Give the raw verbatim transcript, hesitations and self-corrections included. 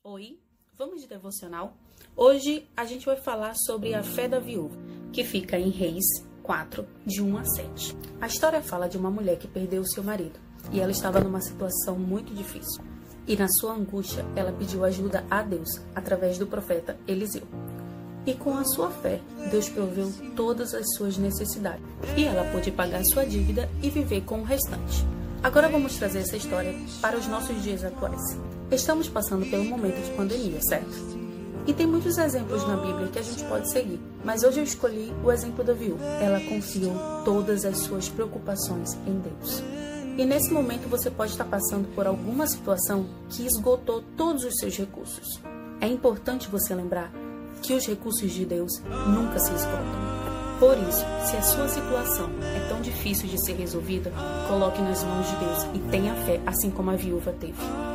Oi, vamos de devocional? Hoje a gente vai falar sobre a fé da viúva, que fica em Reis quatro, de um a sete. A história fala de uma mulher que perdeu seu marido e ela estava numa situação muito difícil. E na sua angústia, ela pediu ajuda a Deus através do profeta Eliseu. E com a sua fé, Deus proveu todas as suas necessidades. E ela pôde pagar sua dívida e viver com o restante. Agora vamos trazer essa história para os nossos dias atuais. Estamos passando pelo momento de pandemia, certo? E tem muitos exemplos na Bíblia que a gente pode seguir, mas hoje eu escolhi o exemplo da viúva. Ela confiou todas as suas preocupações em Deus. E nesse momento você pode estar passando por alguma situação que esgotou todos os seus recursos. É importante você lembrar que os recursos de Deus nunca se esgotam. Por isso, se a sua situação é tão difícil de ser resolvida, coloque nas mãos de Deus e tenha fé, assim como a viúva teve.